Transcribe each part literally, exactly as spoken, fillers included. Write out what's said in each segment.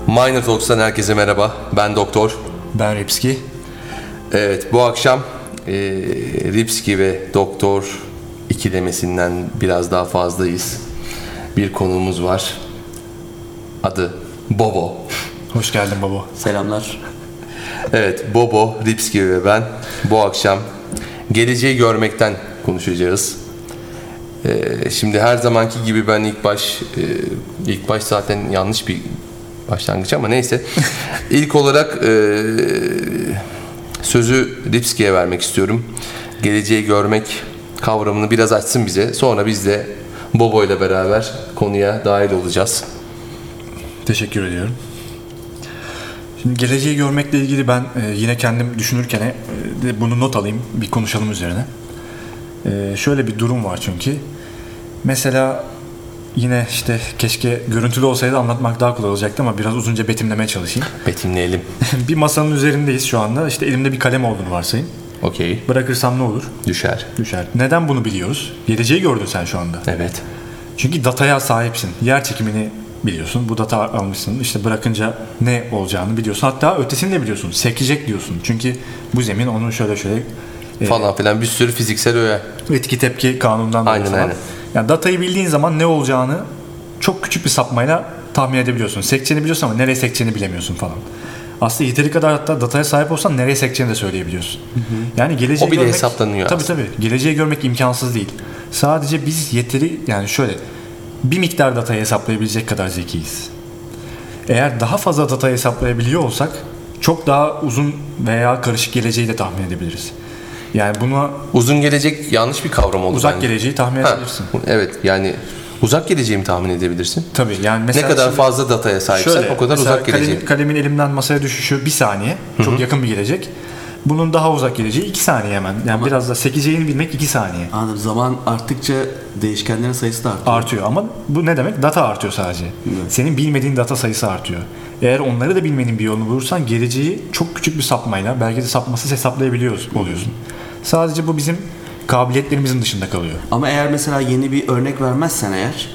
Minor Talks'tan herkese merhaba. Ben Doktor. Ben Ripski. Evet, bu akşam e, Ripski ve Doktor ikilemesinden biraz daha fazlayız. Bir konuğumuz var. Adı Bobo. Hoş geldin Bobo. Selamlar. Evet, Bobo, Ripski ve ben bu akşam geleceği görmekten konuşacağız. Ee, şimdi her zamanki gibi ben ilk baş e, ilk baş zaten yanlış bir başlangıç ama neyse. İlk olarak e, sözü Ripski'ye vermek istiyorum. Geleceği görmek kavramını biraz açsın bize. Sonra biz de Bobo ile beraber konuya dahil olacağız. Teşekkür ediyorum. Şimdi geleceği görmekle ilgili ben e, yine kendim düşünürken e, de bunu not alayım, bir konuşalım üzerine. E, şöyle bir durum var çünkü. Mesela yine işte keşke görüntülü olsaydı anlatmak daha kolay olacaktı ama biraz uzunca betimlemeye çalışayım. Betimleyelim. Bir masanın üzerindeyiz şu anda. İşte elimde bir kalem olduğunu varsayın. Okey. Bırakırsam ne olur? Düşer. Düşer. Neden bunu biliyoruz? Geleceği gördün sen şu anda. Evet. Çünkü dataya sahipsin. Yer çekimini biliyorsun. Bu data almışsın. İşte bırakınca ne olacağını biliyorsun. Hatta ötesini de biliyorsun. Sekecek diyorsun. Çünkü bu zemin onu şöyle şöyle e, falan filan bir sürü fiziksel öğe. etki tepki kanunundan dolayı Aynen falan. aynen. Yani datayı bildiğin zaman ne olacağını çok küçük bir sapmayla tahmin edebiliyorsun. Sekeceğini biliyorsun ama nereye sekeceğini bilemiyorsun falan. Aslında yeteri kadar hatta dataya sahip olsan nereye sekeceğini de söyleyebiliyorsun. Hı hı. Yani geleceği o bile görmek, hesaplanıyor. Tabii tabii. Geleceği görmek imkansız değil. Sadece biz yeteri yani şöyle bir miktar datayı hesaplayabilecek kadar zekiyiz. Eğer daha fazla datayı hesaplayabiliyor olsak çok daha uzun veya karışık geleceği de tahmin edebiliriz. Yani buna uzun gelecek yanlış bir kavram oldu. Uzak bence. geleceği tahmin ha, edebilirsin. Evet yani uzak geleceği mi tahmin edebilirsin? Tabii yani mesela ne kadar şimdi, fazla dataya sahipsen şöyle, o kadar uzak geleceği. Kalemin, kalemin elimden masaya düşüşü bir saniye. Çok Hı-hı. yakın bir gelecek. Bunun daha uzak geleceği iki saniye hemen. Yani ama biraz da sekeceğini bilmek iki saniye. Anladım. Zaman arttıkça değişkenlerin sayısı da artıyor. Artıyor ama bu ne demek? Data artıyor sadece. Evet. Senin bilmediğin data sayısı artıyor. Eğer onları da bilmenin bir yolunu bulursan geleceği çok küçük bir sapmayla belki de sapmasız hesaplayabiliyoruz oluyorsun. Sadece bu bizim kabiliyetlerimizin dışında kalıyor. Ama eğer mesela yeni bir örnek vermezsen eğer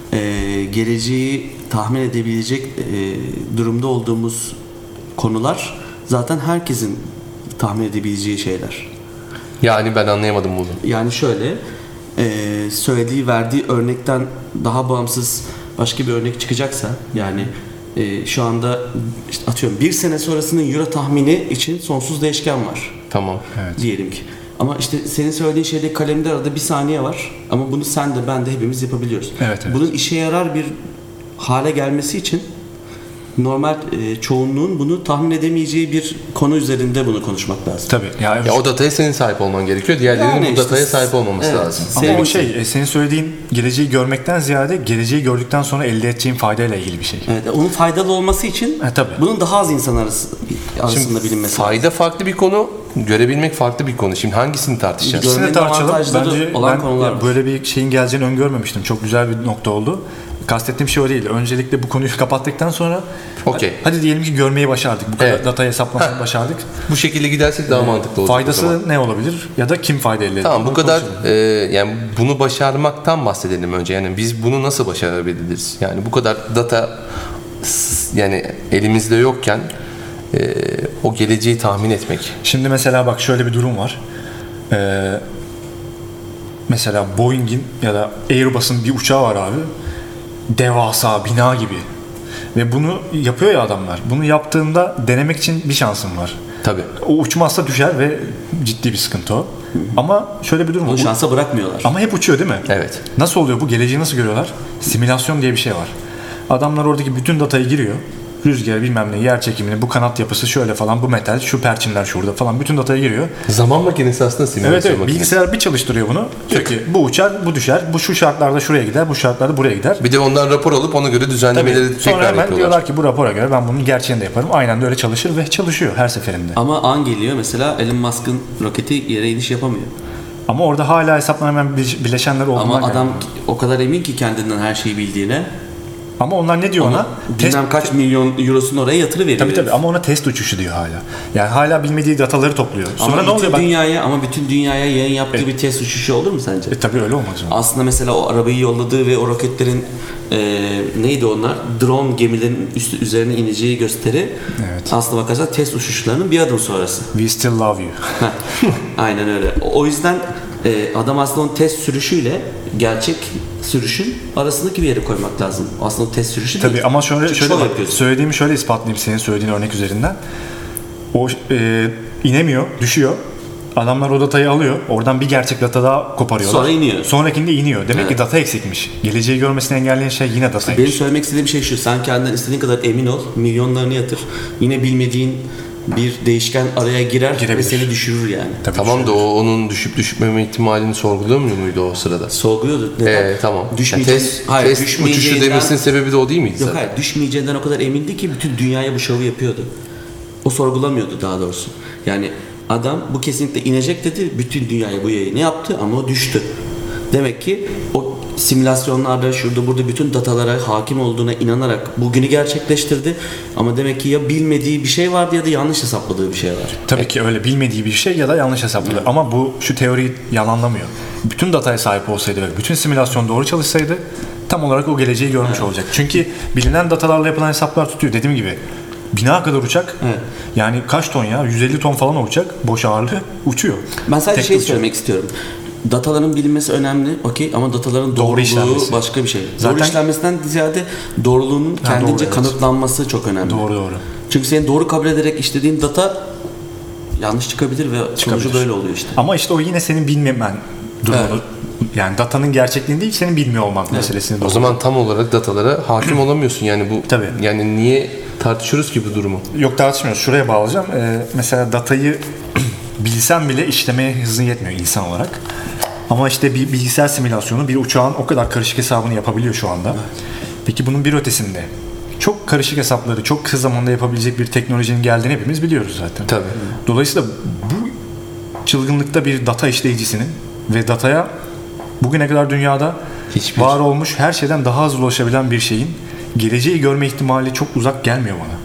e, geleceği tahmin edebilecek e, durumda olduğumuz konular zaten herkesin tahmin edebileceği şeyler. Yani ben anlayamadım bunu. Yani şöyle e, söylediği verdiği örnekten daha bağımsız başka bir örnek çıkacaksa yani e, şu anda işte atıyorum bir sene sonrasının euro tahmini için sonsuz değişken var. Tamam. Evet. Diyelim ki. Ama işte senin söylediğin şeyde kalemde arada bir saniye var. Ama bunu sen de ben de hepimiz yapabiliyoruz. Evet, evet. Bunun işe yarar bir hale gelmesi için normal e, çoğunluğun bunu tahmin edemeyeceği bir konu üzerinde bunu konuşmak lazım. Tabii. Ya, ya o dataya senin sahip olman gerekiyor. Diğerlerinin yani bu işte, dataya sahip olmaması evet, lazım. Ama senin o şey, e, senin söylediğin geleceği görmekten ziyade geleceği gördükten sonra elde edeceğin faydayla ilgili bir şey. Evet, onun faydalı olması için e, tabii. bunun daha az insan arası, arasında Şimdi, bilinmesi fayda lazım. Farklı bir konu, görebilmek farklı bir konu. Şimdi hangisini tartışacağız? İkisini tartışalım. Bence olan ben konular böyle bir şeyin geleceğini öngörmemiştim. Çok güzel bir nokta oldu. Kastettiğim şey o değil. Öncelikle bu konuyu kapattıktan sonra okay. hadi, hadi diyelim ki görmeyi başardık. Bu kadar evet. Datayı hesaplamayı başardık. Bu şekilde gidersek daha ee, mantıklı olur. Faydası ne olabilir? Ya da kim fayda elde eder? Tamam bu kadar e, yani bunu başarmaktan bahsedelim önce. Yani biz bunu nasıl başarabiliriz? Yani bu kadar data yani elimizde yokken e, o geleceği tahmin etmek. Şimdi mesela bak şöyle bir durum var. Ee, mesela Boeing'in ya da Airbus'un bir uçağı var abi. Devasa bina gibi. Ve bunu yapıyor ya adamlar. Bunu yaptığında denemek için bir şansın var. Tabii. O uçmazsa düşer ve ciddi bir sıkıntı o. Ama şöyle bir durum var. Onu şansa bırakmıyorlar. Ama hep uçuyor değil mi? Evet. Nasıl oluyor bu? Geleceği nasıl görüyorlar? Simülasyon diye bir şey var. Adamlar oradaki bütün datayı giriyor. Rüzgar bilmem ne, yer çekimini, bu kanat yapısı şöyle falan, bu metal, şu perçinler şurada falan bütün dataya giriyor. Zaman makinesi aslında simülasyon evet, evet. makinesi. Bilgisayar bir çalıştırıyor bunu. Diyor ki bu uçar, bu düşer, bu şu şartlarda şuraya gider, bu şartlarda buraya gider. Bir de ondan rapor alıp ona göre düzenlemeleri Tabii. tekrar Sonra hemen yapıyorlar. diyorlar ki bu rapora göre ben bunun gerçeğini de yaparım. Aynen de öyle çalışır ve çalışıyor her seferinde. Ama an geliyor mesela Elon Musk'ın roketi yere iniş yapamıyor. Ama orada hala hesaplanamayan bileşenler olduğundan Ama adam yani. o kadar emin ki kendinden her şeyi bildiğine. Ama onlar ne diyor Ama ona? bilmem Test, kaç milyon eurosunu oraya yatırıveriyor. tabii tabii ama ona test uçuşu diyor hala. Yani hala bilmediği dataları topluyor. Sonra ama ne oluyor? bütün Bak, dünyaya ama bütün dünyaya yayın yaptığı Evet. bir test uçuşu olur mu sence? e, tabii öyle olmaz mı? Aslında mesela o arabayı yolladığı ve o roketlerin e, neydi onlar? Drone gemilerin üstü, üzerine ineceği gösteri. Evet. Aslında bakarsan test uçuşlarının bir adım sonrası. We still love you. Aynen öyle. O o yüzden e, adam aslında onun test sürüşüyle gerçek sürüşün arasındaki bir yere koymak lazım. Aslında o test sürüşü Tabii değil. ama şöyle, Çünkü şöyle şov bak, yapıyorsun. söylediğimi şöyle ispatlayayım senin söylediğin örnek üzerinden. O e, inemiyor, düşüyor. Adamlar o datayı alıyor. Oradan bir gerçek data daha koparıyorlar. Sonra iniyor. Sonrakinde iniyor. Demek Evet. ki data eksikmiş. Geleceği görmesini engelleyen şey yine dataymış. Benim söylemek istediğim şey şu. Sen kendinden istediğin kadar emin ol. Milyonlarını yatır. Yine bilmediğin bir değişken araya girer Girebilir. ve seni düşürür yani. Tabii Tamam da şöyle. o onun düşüp düşmeme ihtimalini sorgulamıyor muydu o sırada? Sorguluyordu. Neden? Ee, tamam. Düşmeyeceğin, Yani test, hayır, test uçuşu düşmeyeceğinden- demesinin sebebi de o değil miydi Yok zaten? hayır, düşmeyeceğinden o kadar emindi ki bütün dünyaya bu şovu yapıyordu. O sorgulamıyordu daha doğrusu. Yani adam bu kesinlikle inecek dedi, bütün dünyaya bu yayını yaptı ama o düştü. Demek ki o simülasyonlarda şurada burada bütün datalara hakim olduğuna inanarak bugünü gerçekleştirdi. Ama demek ki ya bilmediği bir şey vardı ya da yanlış hesapladığı bir şey var. Tabii ki öyle bilmediği bir şey ya da yanlış hesapladı. Ama bu şu teoriyi yalanlamıyor. Bütün dataya sahip olsaydı ve bütün simülasyon doğru çalışsaydı tam olarak o geleceği görmüş olacak. Çünkü bilinen datalarla yapılan hesaplar tutuyor. Dediğim gibi bina kadar uçak. Evet. Yani kaç ton ya? yüz elli ton falan o uçak. Boş ağırlığı uçuyor. Ben sadece Tek şey uçuyor. söylemek istiyorum. Dataların bilinmesi önemli, okey, ama dataların Doğru doğruluğu işlenmesi. başka bir şey. Zaten- Doğru işlenmesinden ziyade doğruluğunun Ha, kendince doğru, evet. kanıtlanması çok önemli. Doğru doğru. Çünkü senin doğru kabul ederek işlediğin data yanlış çıkabilir ve sonucu Çıkabilir. böyle oluyor işte. Ama işte o yine senin bilmemen durumu. Evet. Yani datanın gerçekliğini değil senin bilmiyor olman meselesini. O doğru. zaman tam olarak datalara hakim olamıyorsun yani bu. Tabii. Yani niye tartışıyoruz ki bu durumu? Yok tartışmıyoruz. Şuraya bağlayacağım. Ee, mesela datayı bilsem bile işlemeye hızın yetmiyor insan olarak. Ama işte bir bilgisayar simülasyonu bir uçağın o kadar karışık hesabını yapabiliyor şu anda. Peki bunun bir ötesinde çok karışık hesapları çok kısa zamanda yapabilecek bir teknolojinin geldiğini hepimiz biliyoruz zaten. Tabii. Dolayısıyla bu çılgınlıkta bir data işleyicisinin ve dataya bugüne kadar dünyada Hiçbir- var olmuş her şeyden daha hızlı ulaşabilen bir şeyin geleceği görme ihtimali çok uzak gelmiyor bana.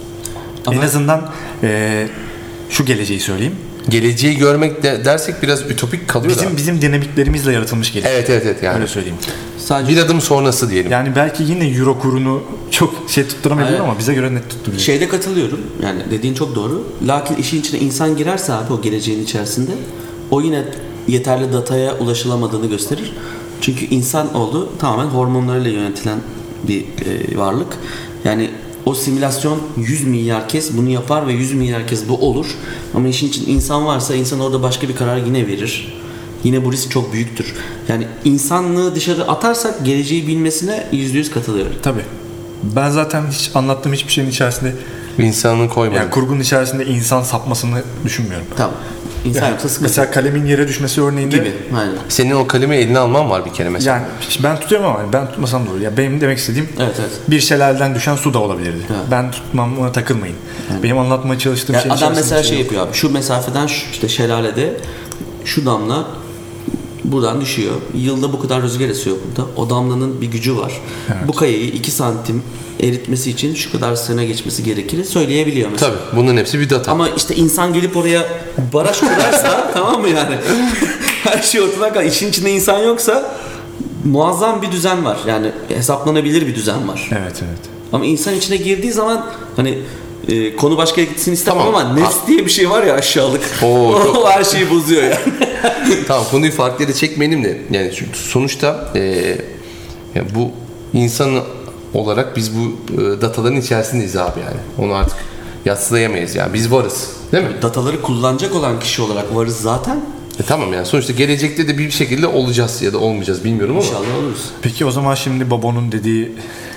Ama- En azından eee, şu geleceği söyleyeyim. Geleceği görmek de, dersek biraz ütopik kalıyor Bizim da. bizim dinamiklerimizle yaratılmış gelecek. Evet evet evet yani. Öyle söyleyeyim. Sadece şey- Bir adım sonrası diyelim. Yani belki yine euro kurunu çok şey tutturamayabilir Aynen. ama bize göre net tutturuyor. şeyde katılıyorum. Yani dediğin çok doğru. Lakin işin içine insan girerse abi o geleceğin içerisinde o yine yeterli dataya ulaşılamadığını gösterir. Çünkü insan oldu tamamen hormonlarıyla yönetilen bir e, varlık. Yani o simülasyon yüz milyar kez bunu yapar ve yüz milyar kez bu olur. Ama işin için insan varsa insan orada başka bir karar yine verir. Yine bu risk çok büyüktür. Yani insanlığı dışarı atarsak geleceği bilmesine yüzde yüz katılıyorum. Tabii. Ben zaten hiç anlattığım hiçbir şeyin içerisinde İnsanlığı koymadı. yani kurgunun içerisinde insan sapmasını düşünmüyorum. Tamam. İnsan Yani yoksa sıkıntı. mesela kalemin yere düşmesi örneğinde Gibi. Aynen. Senin o kalemi eline alman var bir kere mesela. yani ben tutuyorum ama ben tutmasam da olur. Ya benim demek istediğim Evet evet. bir şelaleden düşen su da olabilirdi. Evet. Ben tutmam ona takılmayın. Benim anlatmaya çalıştığım Yani şey adam içerisinde mesela bir şey yok. yapıyor abi. Şu mesafeden şu işte şelalede şu damla buradan düşüyor. Yılda bu kadar rüzgar esiyor burada. O damlanın bir gücü var. Evet. Bu kayayı iki santim eritmesi için şu kadar sene geçmesi gerekir söyleyebiliyor mesela. Tabii bunların hepsi bir data. Ama işte insan gelip oraya baraj kurarsa tamam mı yani? Her şey ortadan kalır. İşin içinde insan yoksa muazzam bir düzen var. Yani hesaplanabilir bir düzen var. Evet evet. Ama insan içine girdiği zaman hani e, konu başka gitsin istemem Tamam. ama nefs diye bir şey var ya aşağılık. Oo, çok- O her şeyi bozuyor yani. Tamam konuyu farklı yere çekmeyelim de yani çünkü sonuçta e, yani bu insan olarak biz bu e, dataların içerisindeyiz abi yani. Onu artık yadsıyamayız yani. Biz varız. Değil mi? Dataları kullanacak olan kişi olarak varız zaten. E, tamam yani sonuçta gelecekte de bir şekilde olacağız ya da olmayacağız bilmiyorum ama. İnşallah oluruz. Peki o zaman şimdi Bobo'nun dediği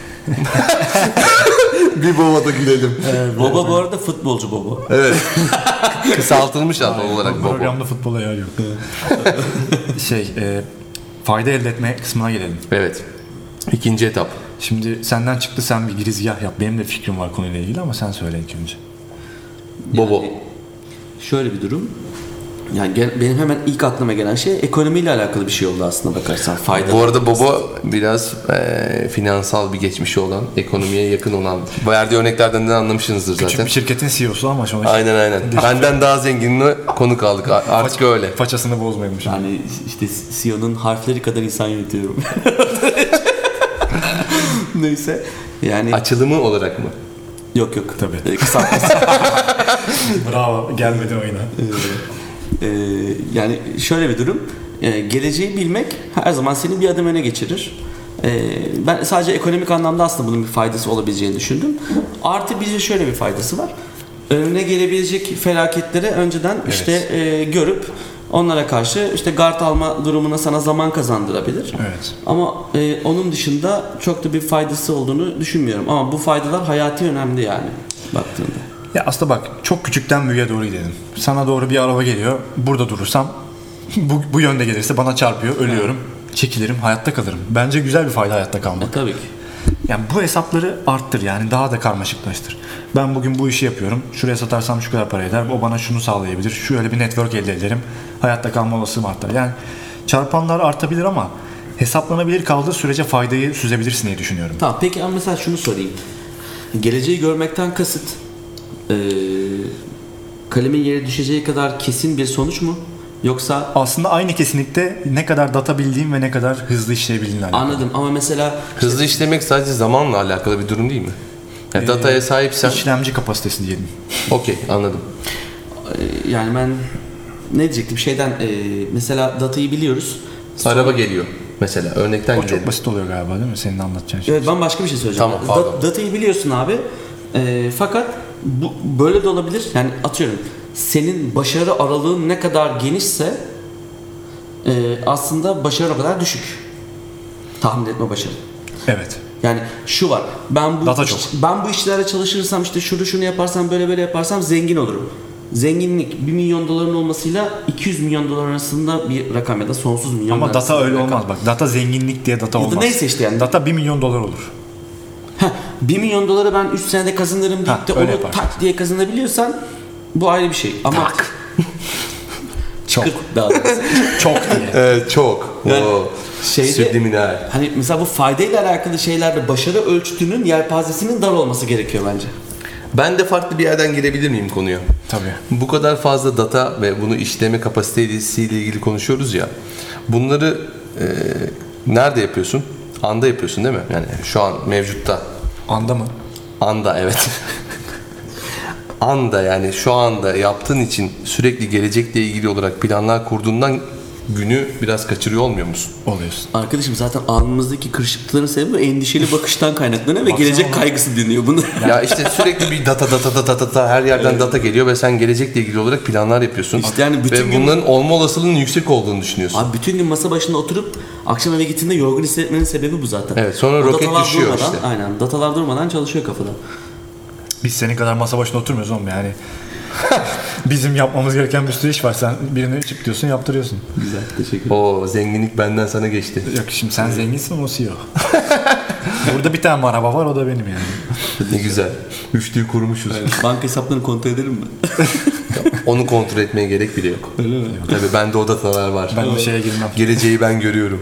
Bir baba da gülelim. Baba bu arada futbolcu baba. Evet. Kısaltılmış adı olarak baba. programda futbola yer yok. şey e, fayda elde etme kısmına gelelim. Evet. İkinci etap. Şimdi senden çıktı sen bir girizgah yap. Benim de fikrim var konuyla ilgili ama sen söyle ilk önce. Bobo. Yani şöyle bir durum. Yani gel- benim hemen ilk aklıma gelen şey ekonomiyle alakalı bir şey oldu aslında bakarsan. Fayda. Bu arada Bobo biraz e, finansal bir geçmişi olan, ekonomiye yakın olan, verdiği örneklerden de anlamışsınızdır zaten. Küçük bir şirketin C E O'su ama sonuçta Aynen aynen. Benden daha zenginine konuk aldık. Artık öyle. façasını bozmayalım şimdi. Yani işte C E O'nun harfleri kadar insan yönetiyorum. Neyse. Yani Açılımı olarak mı? yok yok. Tabii. Ee, kısaltması. Bravo, gelmedin oyuna. Ee, yani şöyle bir durum. Ee, geleceği bilmek her zaman seni bir adım öne geçirir. Ee, ben sadece ekonomik anlamda aslında bunun bir faydası olabileceğini düşündüm. Artı bir de şöyle bir faydası var. Önüne gelebilecek felaketleri önceden Evet. işte e, görüp onlara karşı işte gard alma durumuna sana zaman kazandırabilir. Evet. Ama e, onun dışında çok da bir faydası olduğunu düşünmüyorum. Ama bu faydalar hayati önemli yani baktığında. Ya aslında bak, çok küçükten büyüğe doğru gidelim. Sana doğru bir araba geliyor. Burada durursam bu, bu yönde gelirse bana çarpıyor. Ölüyorum. Çekilirim. Hayatta kalırım. Bence güzel bir fayda hayatta kalmak. E, tabii ki. Yani bu hesapları arttır, yani daha da karmaşıklaştır. Ben bugün bu işi yapıyorum. Şuraya satarsam şu kadar para eder. O bana şunu sağlayabilir. Şöyle bir network elde ederim. Hayatta kalma olasılığım artar. Yani çarpanlar artabilir ama hesaplanabilir kaldığı sürece faydayı süzebilirsin diye düşünüyorum. Tamam, peki ama mesela şunu sorayım. Geleceği görmekten kasıt e, kalemin yere düşeceği kadar kesin bir sonuç mu? Yoksa Aslında aynı kesinlikle ne kadar data bildiğin ve ne kadar hızlı işleyebildiğinle alakalı. anladım ama mesela Hızlı işlemek sadece zamanla alakalı bir durum değil mi? Yani dataya sahipsen... İşlemci kapasitesi diyelim. Okey, anladım. e, yani ben ne diyecektim şeyden e, mesela datayı biliyoruz. Sonra- Araba geliyor mesela, örnekten O gidelim. çok basit oluyor galiba, değil mi? Senin anlatacağın şey. Evet, ben başka bir şey söyleyeceğim. Tamam, Da- pardon. datayı biliyorsun abi. E, fakat bu böyle de olabilir. Yani atıyorum senin başarı aralığın ne kadar genişse e, aslında başarı o kadar düşük. Tahmin etme başarı. Evet. Yani şu var. Ben bu Data iş- çok. ben bu işlere çalışırsam işte şunu şunu yaparsam böyle böyle yaparsam zengin olurum. Zenginlik bir milyon doların olmasıyla iki yüz milyon dolar arasında bir rakam ya da sonsuz milyon Ama arasında data öyle bir rakam. olmaz bak. Data zenginlik diye data Ya da olmaz. neyse işte yani. Data bir milyon dolar olur. Heh, bir milyon doları ben üç senede kazanırım deyip Ha, de öyle onu yaparsın. tak diye kazanabiliyorsan bu ayrı bir şey. Ama tak. Çok. daha doğrusu. Çok diye. Evet, çok. Yani Oo. şeyde- Subliminal. Hani mesela bu faydayla alakalı şeylerde başarı ölçütünün yelpazesinin dar olması gerekiyor bence. Ben de farklı bir yerden girebilir miyim konuya? Tabii. Bu kadar fazla data ve bunu işleme kapasitesiyle ilgili konuşuyoruz ya. Bunları e, nerede yapıyorsun? Anda yapıyorsun değil mi? Yani şu an mevcutta. Anda mı? Anda, evet. Anda, yani şu anda yaptığın için sürekli gelecekle ilgili olarak planlar kurduğundan günü biraz kaçırıyor olmuyor musun? Oluyorsun. Arkadaşım zaten alnımızdaki kırışıklıkların sebebi endişeli bakıştan kaynaklanıyor ve Baksana gelecek bak. kaygısı dinliyor bunu. Ya işte sürekli bir data data data data her yerden data geliyor ve sen gelecekle ilgili olarak planlar yapıyorsun. İşte yani bütün ve gün- bunların olma olasılığının yüksek olduğunu düşünüyorsun. Abi bütün gün masa başında oturup akşam eve gittiğinde yorgun hissetmenin sebebi bu zaten. Evet, sonra O roket datalar düşüyor durmadan, işte. Aynen. Datalar durmadan çalışıyor kafada. Biz senin kadar masa başında oturmuyoruz oğlum yani. Bizim yapmamız gereken bir sürü iş var. Sen birini çık diyorsun, yaptırıyorsun. Güzel. Teşekkür ederim. O zenginlik benden sana geçti. Yok şimdi sen zenginsin, o C E O. Burada bir tane araba var, o da benim yani. Ne güzel. Üçlüyü kurmuşuz. Banka hesaplarını kontrol ederim mi? Onu kontrol etmeye gerek bile yok. Öyle mi? Tabii bende o datalar var. Ben o şeye girmem. Geleceği ben görüyorum.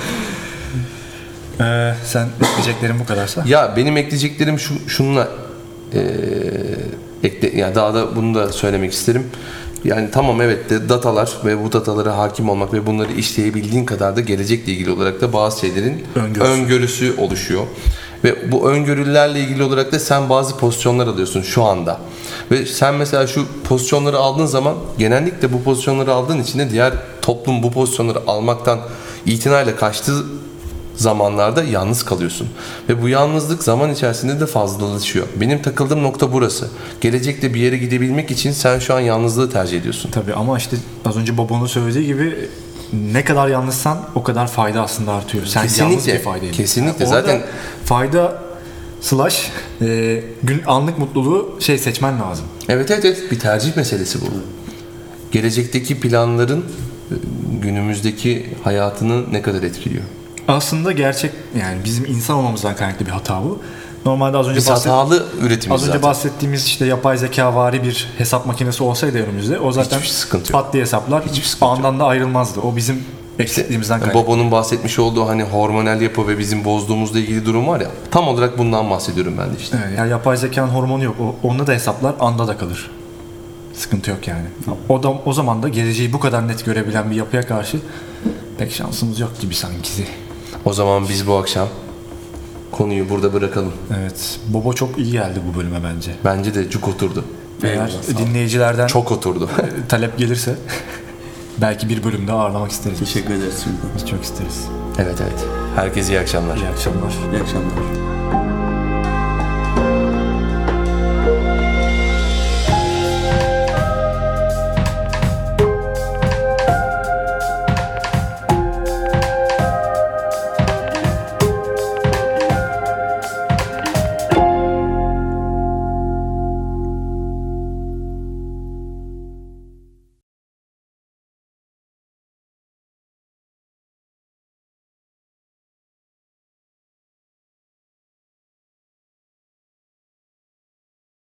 Ee, sen ekleyeceklerin bu kadarsa. Ya benim ekleyeceklerim şu şununla eee ekle, yani daha da bunu da söylemek isterim. Yani tamam, evet de datalar ve bu datalara hakim olmak ve bunları işleyebildiğin kadar da gelecekle ilgili olarak da bazı şeylerin Öngörüsü. öngörüsü oluşuyor. Ve bu öngörülerle ilgili olarak da sen bazı pozisyonlar alıyorsun şu anda. Ve sen mesela şu pozisyonları aldığın zaman genellikle bu pozisyonları aldığın için de diğer toplum bu pozisyonları almaktan itinayla kaçtığı zamanlarda yalnız kalıyorsun. Ve bu yalnızlık zaman içerisinde de fazlalaşıyor. Benim takıldığım nokta burası. Gelecekte bir yere gidebilmek için sen şu an yalnızlığı tercih ediyorsun. Tabii ama işte az önce Bobo'nun söylediği gibi ne kadar yalnızsan o kadar fayda aslında artıyor. Sen Kesinlikle, yalnız bir faydayım. kesinlikle. Orada Zaten- fayda slash e, gün anlık mutluluğu şey seçmen lazım. Evet evet evet, bir tercih meselesi bu. Gelecekteki planların e, günümüzdeki hayatını ne kadar etkiliyor? Aslında gerçek, yani bizim insan olmamızdan kaynaklı bir hata bu. Normalde az önce Biz bahset- hatalı üretimiz az önce zaten. bahsettiğimiz işte yapay zekavari bir hesap makinesi olsaydı önümüzde o zaten Hiçbir sıkıntı yok. pat diye hesaplar Hiçbir sıkıntı yok. andan da ayrılmazdı. O bizim eksikliğimizden kaynaklı. Bobo'nun bahsetmiş olduğu hani hormonal yapı ve bizim bozduğumuzla ilgili durum var ya. Tam olarak bundan bahsediyorum ben de işte. Evet, yani yapay zekanın hormonu yok. O, onunla da hesaplar anda da kalır. Sıkıntı yok yani. O da o zaman da geleceği bu kadar net görebilen bir yapıya karşı pek şansımız yok gibi sanki. O zaman biz bu akşam konuyu burada bırakalım. Evet. Bobo çok iyi geldi bu bölüme bence. Bence de cuk oturdu. Eğer Eyvallah, sağ ol. dinleyicilerden Çok oturdu. talep gelirse belki bir bölümde ağırlamak isteriz. Teşekkür ederiz şimdi. Biz çok isteriz. Evet evet. Herkese iyi akşamlar. İyi akşamlar. İyi akşamlar.